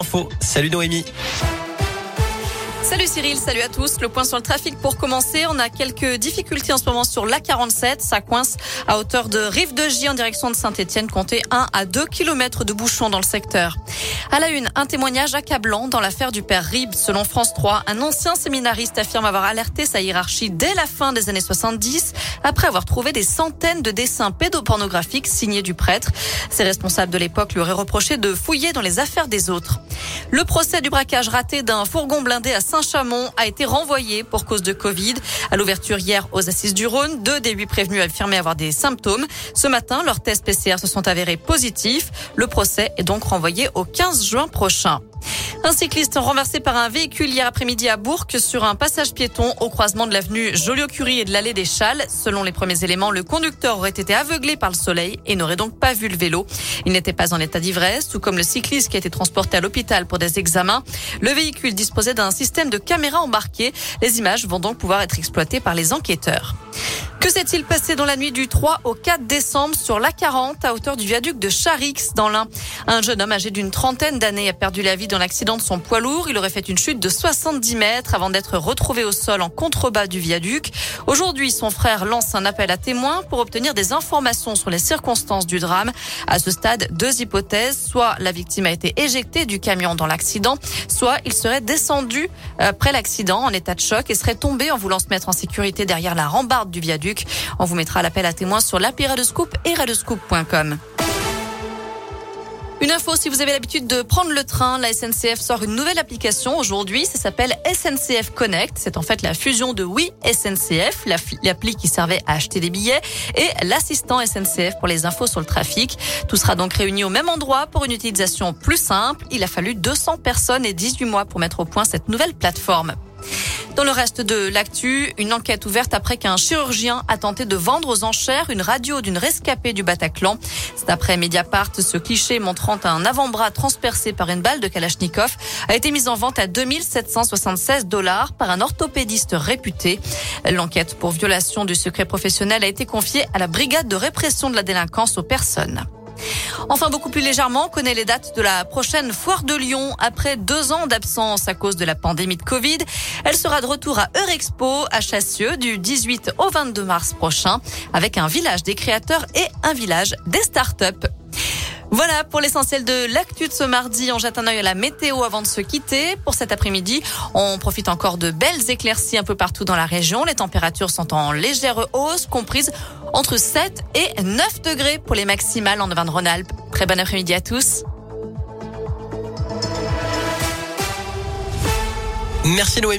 l'info. Salut Noémie. Salut Cyril, salut à tous. Le point sur le trafic pour commencer. On a quelques difficultés en ce moment sur l'A47. Ça coince à hauteur de Rive-de-Gier en direction de Saint-Etienne. Comptez 1 à 2 kilomètres de bouchons dans le secteur. À la une, un témoignage accablant dans l'affaire du père Ribes. Selon France 3, un ancien séminariste affirme avoir alerté sa hiérarchie dès la fin des années 70 après avoir trouvé des centaines de dessins pédopornographiques signés du prêtre. Ses responsables de l'époque lui auraient reproché de fouiller dans les affaires des autres. Le procès du braquage raté d'un fourgon blindé à Saint-Chamond a été renvoyé pour cause de Covid. À l'ouverture hier aux Assises du Rhône, 2 des 8 prévenus affirmaient avoir des symptômes. Ce matin, leurs tests PCR se sont avérés positifs. Le procès est donc renvoyé au 15 juin prochain. Un cycliste renversé par un véhicule hier après-midi à Bourg sur un passage piéton au croisement de l'avenue Joliot-Curie et de l'allée des Châles. Selon les premiers éléments, le conducteur aurait été aveuglé par le soleil et n'aurait donc pas vu le vélo. Il n'était pas en état d'ivresse, tout comme le cycliste qui a été transporté à l'hôpital pour des examens. Le véhicule disposait d'un système de caméra embarqué. Les images vont donc pouvoir être exploitées par les enquêteurs. Que s'est-il passé dans la nuit du 3 au 4 décembre sur l'A40 à hauteur du viaduc de Charix dans l'Ain? Un jeune homme âgé d'une trentaine d'années a perdu la vie dans l'accident de son poids lourd. Il aurait fait une chute de 70 mètres avant d'être retrouvé au sol en contrebas du viaduc. Aujourd'hui, son frère lance un appel à témoins pour obtenir des informations sur les circonstances du drame. À ce stade, 2 hypothèses. Soit la victime a été éjectée du camion dans l'accident, soit il serait descendu après l'accident en état de choc et serait tombé en voulant se mettre en sécurité derrière la rambarde du viaduc. On vous mettra l'appel à témoins sur l'appli Radioscoop et radioscoop.com. Une info, si vous avez l'habitude de prendre le train, la SNCF sort une nouvelle application aujourd'hui. Ça s'appelle SNCF Connect. C'est en fait la fusion de Oui SNCF, l'appli qui servait à acheter des billets, et l'assistant SNCF pour les infos sur le trafic. Tout sera donc réuni au même endroit pour une utilisation plus simple. Il a fallu 200 personnes et 18 mois pour mettre au point cette nouvelle plateforme. Dans le reste de l'actu, une enquête ouverte après qu'un chirurgien a tenté de vendre aux enchères une radio d'une rescapée du Bataclan. C'est après Mediapart, ce cliché montrant un avant-bras transpercé par une balle de Kalachnikov a été mis en vente à $2 776 par un orthopédiste réputé. L'enquête pour violation du secret professionnel a été confiée à la brigade de répression de la délinquance aux personnes. Enfin, beaucoup plus légèrement, on connaît les dates de la prochaine foire de Lyon. Après 2 ans d'absence à cause de la pandémie de Covid, elle sera de retour à Eurexpo à Chassieux du 18 au 22 mars prochain, avec un village des créateurs et un village des startups. Voilà pour l'essentiel de l'actu de ce mardi. On jette un œil à la météo avant de se quitter. Pour cet après-midi, on profite encore de belles éclaircies un peu partout dans la région. Les températures sont en légère hausse, comprises entre 7 et 9 degrés pour les maximales en Auvergne-Rhône-Alpes. Très bon après-midi à tous. Merci Noémie.